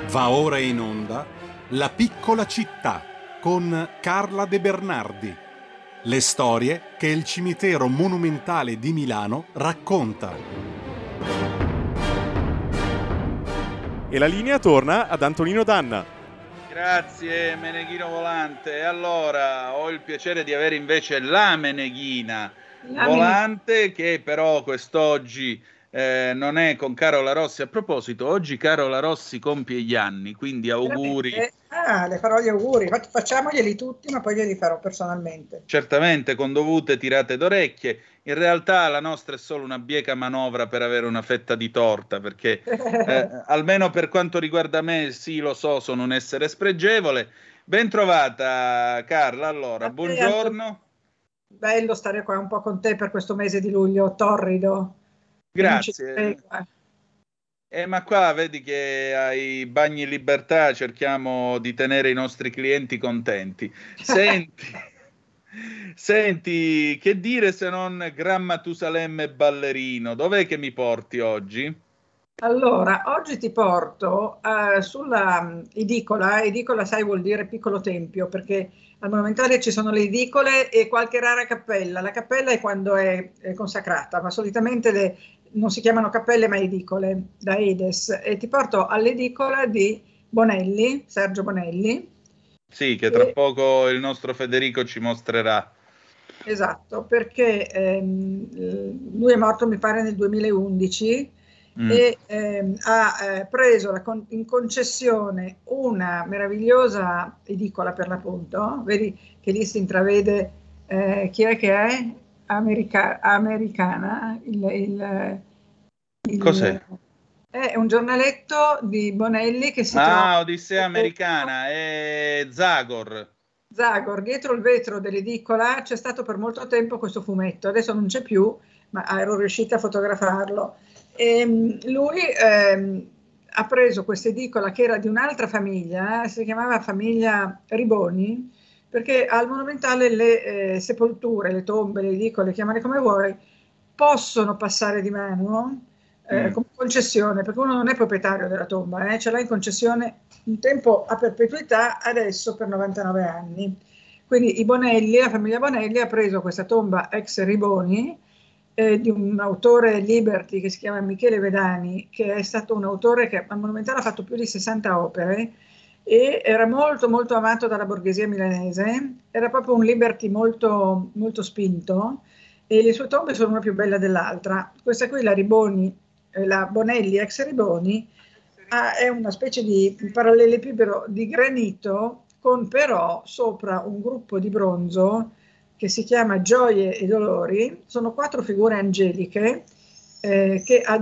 Va ora in onda La piccola città con Carla De Bernardi. Le storie che il cimitero monumentale di Milano racconta. E la linea torna ad Antonino Danna. Grazie Meneghino Volante. Allora, ho il piacere di avere invece la Meneghina Volante, che però quest'oggi non è con Carola Rossi. A proposito, oggi Carola Rossi compie gli anni, quindi auguri. Le farò gli auguri, facciamoglieli tutti, ma poi glieli farò personalmente. Certamente con dovute tirate d'orecchie. In realtà la nostra è solo una bieca manovra per avere una fetta di torta, perché almeno per quanto riguarda me, sì, lo so, sono un essere spregevole. Ben trovata Carla, allora, buongiorno. Bello stare qua un po' con te per questo mese di luglio torrido. Grazie. Ma qua vedi che ai bagni in libertà cerchiamo di tenere i nostri clienti contenti. Senti, che dire se non Gran Matusalemme ballerino? Dov'è che mi porti oggi? Allora, oggi ti porto sulla edicola. Edicola, sai, vuol dire piccolo tempio, perché al Monumentale ci sono le edicole e qualche rara cappella. La cappella è quando è consacrata, ma solitamente non si chiamano cappelle ma edicole, da Edes. E ti porto all'edicola di Bonelli, Sergio Bonelli. Sì, che tra poco il nostro Federico ci mostrerà. Esatto, perché lui è morto mi pare nel 2011 e ha preso in concessione una meravigliosa edicola, per l'appunto. Vedi che lì si intravede chi è che è? Americana. Cos'è? È un giornaletto di Bonelli che si trova... Odissea Americana, è Zagor. Zagor, dietro il vetro dell'edicola c'è stato per molto tempo questo fumetto, adesso non c'è più, ma ero riuscita a fotografarlo. E lui ha preso questa edicola che era di un'altra famiglia, si chiamava famiglia Riboni, perché al Monumentale le sepolture, le tombe, le edicole, chiamale come vuoi, possono passare di mano come concessione, perché uno non è proprietario della tomba, ce l'ha in concessione un tempo a perpetuità, adesso per 99 anni. Quindi la famiglia Bonelli ha preso questa tomba ex Riboni di un autore Liberty che si chiama Michele Vedani, che è stato un autore che al Monumentale ha fatto più di 60 opere e era molto molto amato dalla borghesia milanese, era proprio un Liberty molto, molto spinto e le sue tombe sono una più bella dell'altra. Questa qui, la Bonelli ex Riboni, è una specie di parallelepipede di granito con però sopra un gruppo di bronzo che si chiama Gioie e Dolori. Sono 4 figure angeliche che a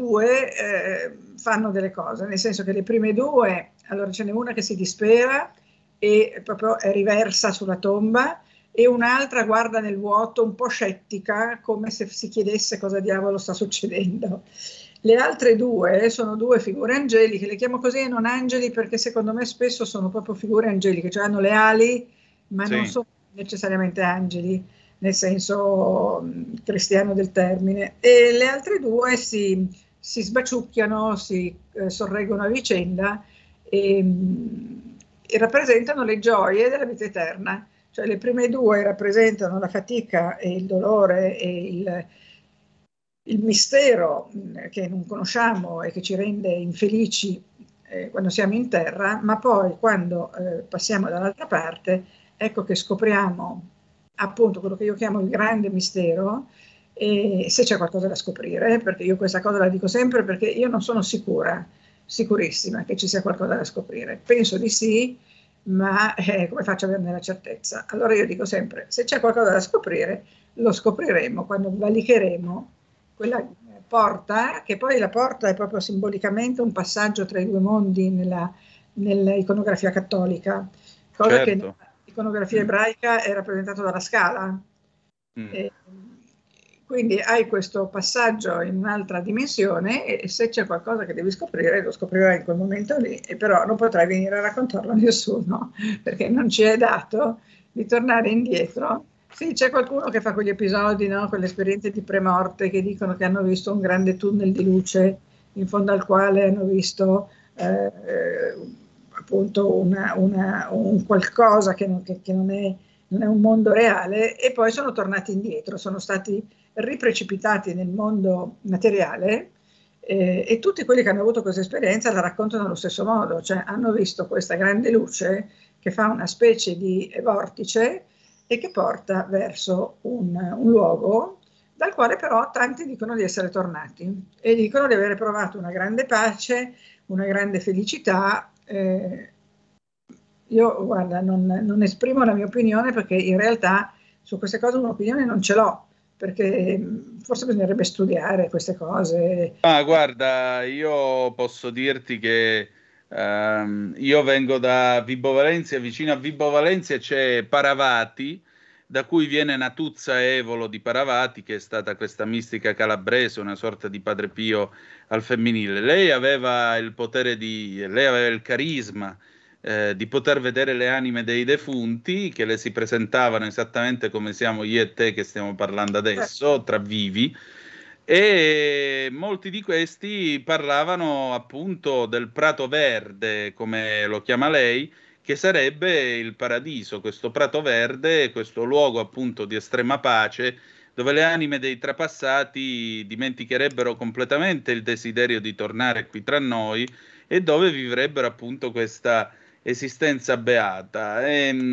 due fanno delle cose, nel senso che le prime 2, allora ce n'è una che si dispera e proprio è riversa sulla tomba e un'altra guarda nel vuoto un po' scettica, come se si chiedesse cosa diavolo sta succedendo. Le altre 2 sono 2 figure angeliche, le chiamo così e non angeli perché secondo me spesso sono proprio figure angeliche, cioè hanno le ali ma non sono necessariamente angeli nel senso cristiano del termine, e le altre 2 si sbaciucchiano, si sorreggono a vicenda e rappresentano le gioie della vita eterna. Cioè le prime 2 rappresentano la fatica e il dolore e il mistero che non conosciamo e che ci rende infelici quando siamo in terra, ma poi quando passiamo dall'altra parte, ecco che scopriamo appunto quello che io chiamo il grande mistero, e se c'è qualcosa da scoprire, perché io questa cosa la dico sempre perché io non sono sicurissima che ci sia qualcosa da scoprire. Penso di sì, ma come faccio a averne la certezza? Allora io dico sempre, se c'è qualcosa da scoprire, lo scopriremo quando valicheremo quella porta, che poi la porta è proprio simbolicamente un passaggio tra i 2 mondi nell'iconografia cattolica, cosa che nell'iconografia ebraica è rappresentata dalla scala. Quindi hai questo passaggio in un'altra dimensione e se c'è qualcosa che devi scoprire lo scoprirai in quel momento lì, e però non potrai venire a raccontarlo a nessuno perché non ci è dato di tornare indietro. Sì, c'è qualcuno che fa quegli episodi, no? Quelle esperienze di premorte che dicono che hanno visto un grande tunnel di luce in fondo al quale hanno visto appunto un qualcosa che non è un mondo reale, e poi sono tornati indietro, sono stati riprecipitati nel mondo materiale, e tutti quelli che hanno avuto questa esperienza la raccontano allo stesso modo, cioè hanno visto questa grande luce che fa una specie di vortice e che porta verso un luogo dal quale però tanti dicono di essere tornati e dicono di avere provato una grande pace, una grande felicità. Io, guarda, non esprimo la mia opinione, perché in realtà su queste cose un'opinione non ce l'ho, perché forse bisognerebbe studiare queste cose. Guarda, io posso dirti che io vengo da Vibo Valentia, vicino a Vibo Valentia c'è Paravati, da cui viene Natuzza Evolo di Paravati, che è stata questa mistica calabrese, una sorta di Padre Pio al femminile. Lei aveva il carisma di poter vedere le anime dei defunti, che le si presentavano esattamente come siamo io e te che stiamo parlando adesso, tra vivi, e molti di questi parlavano appunto del Prato Verde, come lo chiama lei, che sarebbe il paradiso, questo Prato Verde, questo luogo appunto di estrema pace, dove le anime dei trapassati dimenticherebbero completamente il desiderio di tornare qui tra noi e dove vivrebbero appunto questa esistenza beata.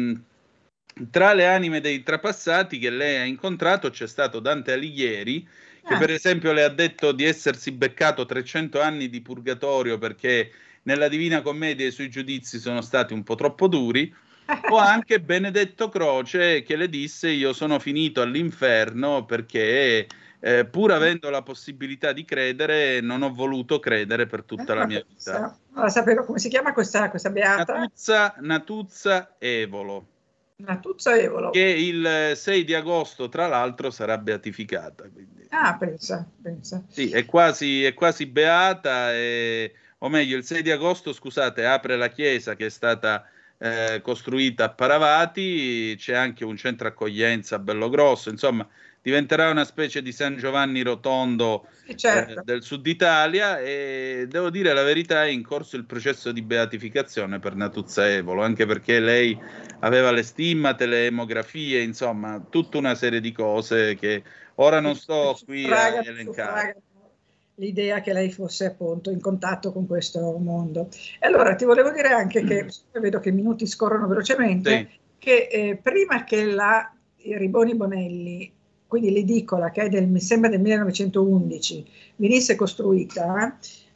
Tra le anime dei trapassati che lei ha incontrato c'è stato Dante Alighieri, che per esempio le ha detto di essersi beccato 300 anni di purgatorio perché nella Divina Commedia i suoi giudizi sono stati un po' troppo duri, o anche Benedetto Croce che le disse: io sono finito all'inferno perché pur avendo la possibilità di credere non ho voluto credere per tutta la mia vita. Sapevo come si chiama questa beata? Natuzza Evolo. Natuzza Evolo. Che il 6 di agosto, tra l'altro, sarà beatificata. Quindi. Pensa. Sì, è quasi beata, o meglio, il 6 di agosto, scusate, apre la chiesa che è stata costruita a Paravati, c'è anche un centro accoglienza bello grosso, insomma, diventerà una specie di San Giovanni Rotondo certo. Del Sud Italia, e devo dire la verità, è in corso il processo di beatificazione per Natuzza Evolo, anche perché lei aveva le stimmate, le emografie, insomma, tutta una serie di cose che ora non sto qui a elencare. L'idea che lei fosse appunto in contatto con questo mondo. E allora ti volevo dire anche che, vedo che i minuti scorrono velocemente, sì, che prima che la Riboni Bonelli, quindi l'edicola che è mi sembra del 1911, venisse costruita,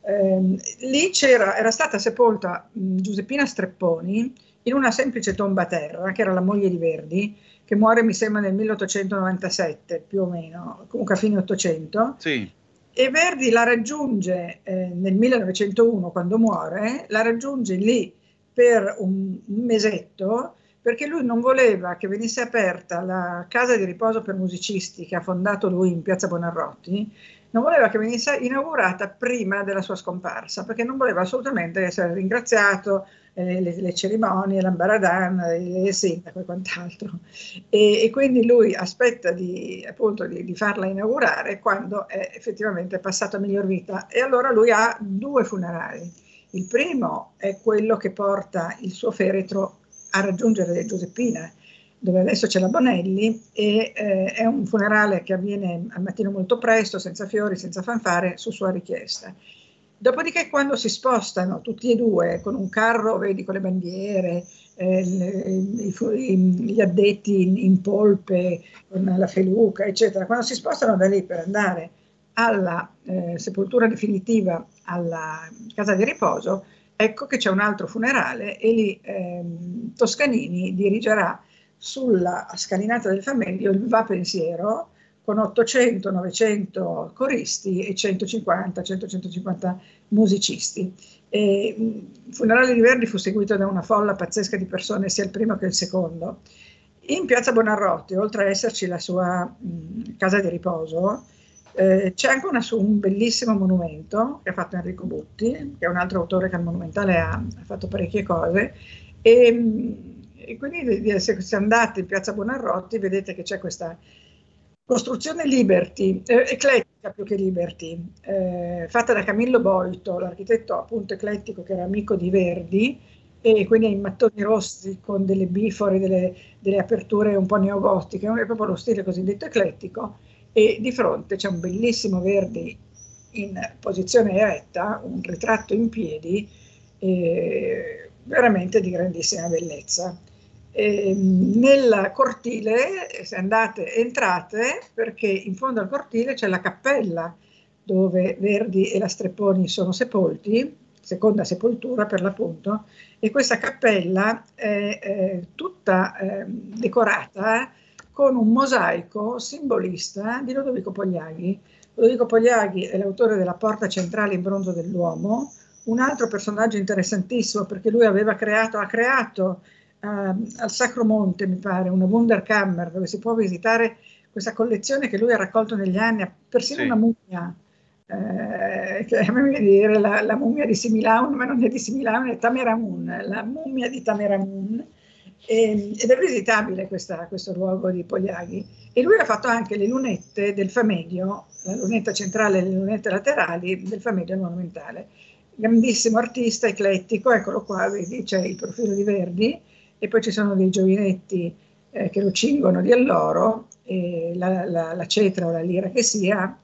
lì era stata sepolta Giuseppina Strepponi in una semplice tomba terra, che era la moglie di Verdi, che muore mi sembra nel 1897 più o meno, comunque a fine 800. Sì. E Verdi la raggiunge nel 1901, quando muore, la raggiunge lì per un mesetto, perché lui non voleva che venisse aperta la casa di riposo per musicisti che ha fondato lui in Piazza Buonarroti, non voleva che venisse inaugurata prima della sua scomparsa, perché non voleva assolutamente essere ringraziato, le cerimonie, l'ambaradan, il sindaco e quant'altro. E quindi lui aspetta di farla inaugurare quando è effettivamente passata a miglior vita. E allora lui ha due funerali. Il primo è quello che porta il suo feretro a raggiungere Giuseppina, dove adesso c'è la Bonelli, e è un funerale che avviene al mattino molto presto, senza fiori, senza fanfare, su sua richiesta. Dopodiché, quando si spostano tutti e due con un carro, vedi, con le bandiere, gli addetti in polpe, con la feluca, eccetera, quando si spostano da lì per andare alla sepoltura definitiva, alla casa di riposo, ecco che c'è un altro funerale, e lì Toscanini dirigerà sulla scalinata del Flaminio il Va Pensiero con 800-900 coristi e 150 musicisti. Il funerale di Verdi fu seguito da una folla pazzesca di persone, sia il primo che il secondo. In Piazza Buonarroti, oltre a esserci la sua casa di riposo, c'è anche un bellissimo monumento che ha fatto Enrico Butti, che è un altro autore che al Monumentale ha fatto parecchie cose, e quindi se andate in Piazza Buonarroti vedete che c'è questa costruzione Liberty, eclettica, eclettica più che Liberty, fatta da Camillo Boito, l'architetto appunto eclettico che era amico di Verdi, e quindi in mattoni rossi con delle bifore, delle aperture un po' neogotiche, è proprio lo stile cosiddetto eclettico, e di fronte c'è un bellissimo Verdi in posizione eretta, un ritratto in piedi, veramente di grandissima bellezza. Nel cortile, se entrate, perché in fondo al cortile c'è la cappella dove Verdi e la Strepponi sono sepolti, seconda sepoltura per l'appunto, e questa cappella è tutta decorata con un mosaico simbolista di Lodovico Pogliaghi. Lodovico Pogliaghi è l'autore della porta centrale in bronzo dell'uomo, un altro personaggio interessantissimo perché lui ha creato al Sacro Monte, mi pare, una Wunderkammer dove si può visitare questa collezione che lui ha raccolto negli anni, persino una mummia, che a me viene dire la mummia di Similaun, ma non è di Similaun, è Tameramun, la mummia di Tameramun, ed è visitabile questo luogo di Pogliaghi. E lui ha fatto anche le lunette del Famedio, la lunetta centrale e le lunette laterali del Famedio monumentale. Grandissimo artista, eclettico, eccolo qua, vedi, c'è il profilo di Verdi, e poi ci sono dei giovinetti che lo cingono di alloro, la cetra o la lira che sia,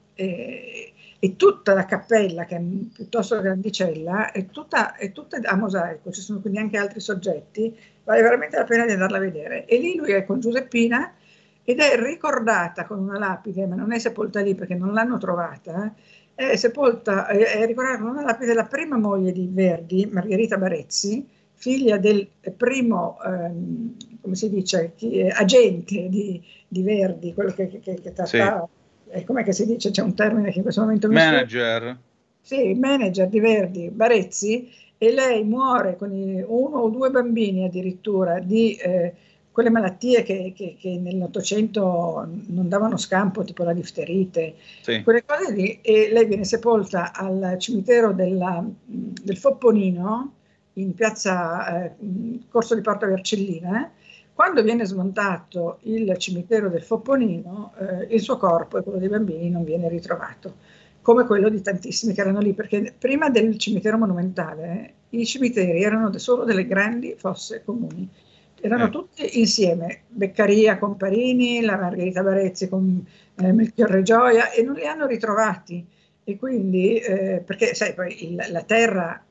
e tutta la cappella, che è piuttosto grandicella, è tutta a mosaico, ci sono quindi anche altri soggetti, vale veramente la pena di andarla a vedere. E lì lui è con Giuseppina ed è ricordata con una lapide, ma non è sepolta lì perché non l'hanno trovata, è ricordata con una lapide della prima moglie di Verdi, Margherita Barezzi, figlia del primo, come si dice, agente di Verdi, quello che trattava, com'è che si dice, c'è un termine che in questo momento mi sfugge. Manager. Sì, manager di Verdi, Barezzi, e lei muore con uno o due bambini addirittura di quelle malattie che nell'Ottocento non davano scampo, tipo la difterite, quelle cose lì, e lei viene sepolta al cimitero del Fopponino, in piazza Corso di Porta Vercellina. Quando viene smontato il cimitero del Fopponino, il suo corpo e quello dei bambini non viene ritrovato, come quello di tantissimi che erano lì, perché prima del cimitero monumentale i cimiteri erano solo delle grandi fosse comuni, erano tutti insieme, Beccaria con Parini, la Margherita Barezzi con Melchiorre Gioia, e non li hanno ritrovati, e quindi perché sai poi la terra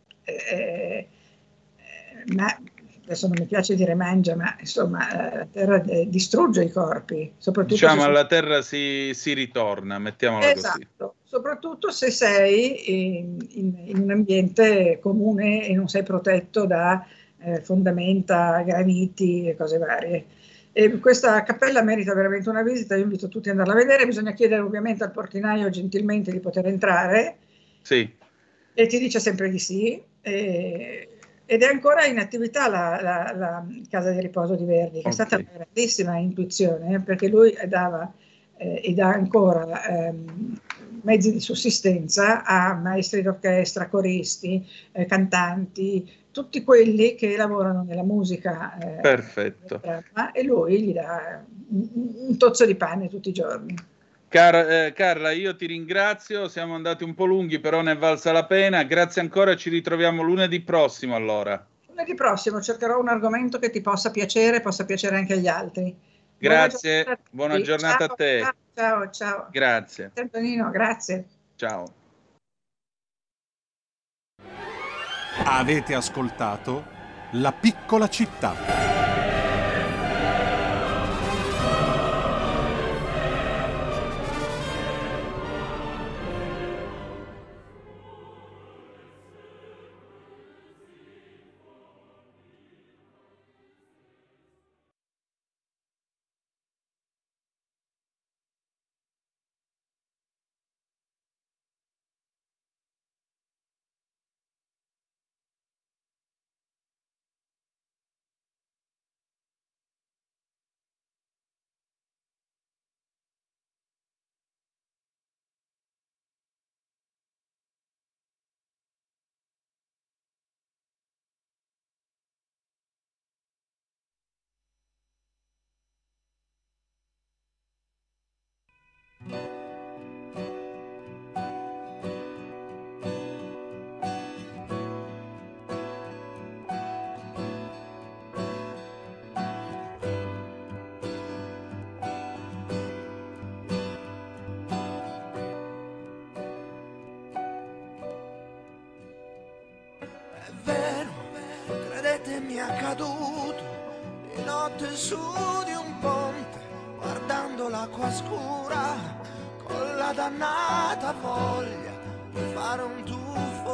ma adesso non mi piace dire mangia, ma insomma la terra distrugge i corpi, soprattutto diciamo alla terra si ritorna, mettiamola così. Soprattutto se sei in un ambiente comune e non sei protetto da fondamenta, graniti e cose varie. E questa cappella merita veramente una visita, io invito tutti ad andarla a vedere, bisogna chiedere ovviamente al portinaio gentilmente di poter entrare. Sì. E ti dice sempre di sì, ed è ancora in attività la casa di riposo di Verdi, che è stata una grandissima intuizione, perché lui dava e dà ancora mezzi di sussistenza a maestri d'orchestra, coristi, cantanti, tutti quelli che lavorano nella musica, perfetto, e lui gli dà un tozzo di pane tutti i giorni. Carla, io ti ringrazio, siamo andati un po' lunghi, però ne è valsa la pena. Grazie ancora, ci ritroviamo lunedì prossimo allora. Lunedì prossimo cercherò un argomento che ti possa piacere anche agli altri. Grazie, buona giornata a te. Ciao. Grazie. Antonino, grazie. Ciao. Avete ascoltato La piccola città. È vero, credetemi, è accaduto di notte su di un ponte, guardando l'acqua scura, con la dannata voglia di fare un tuffo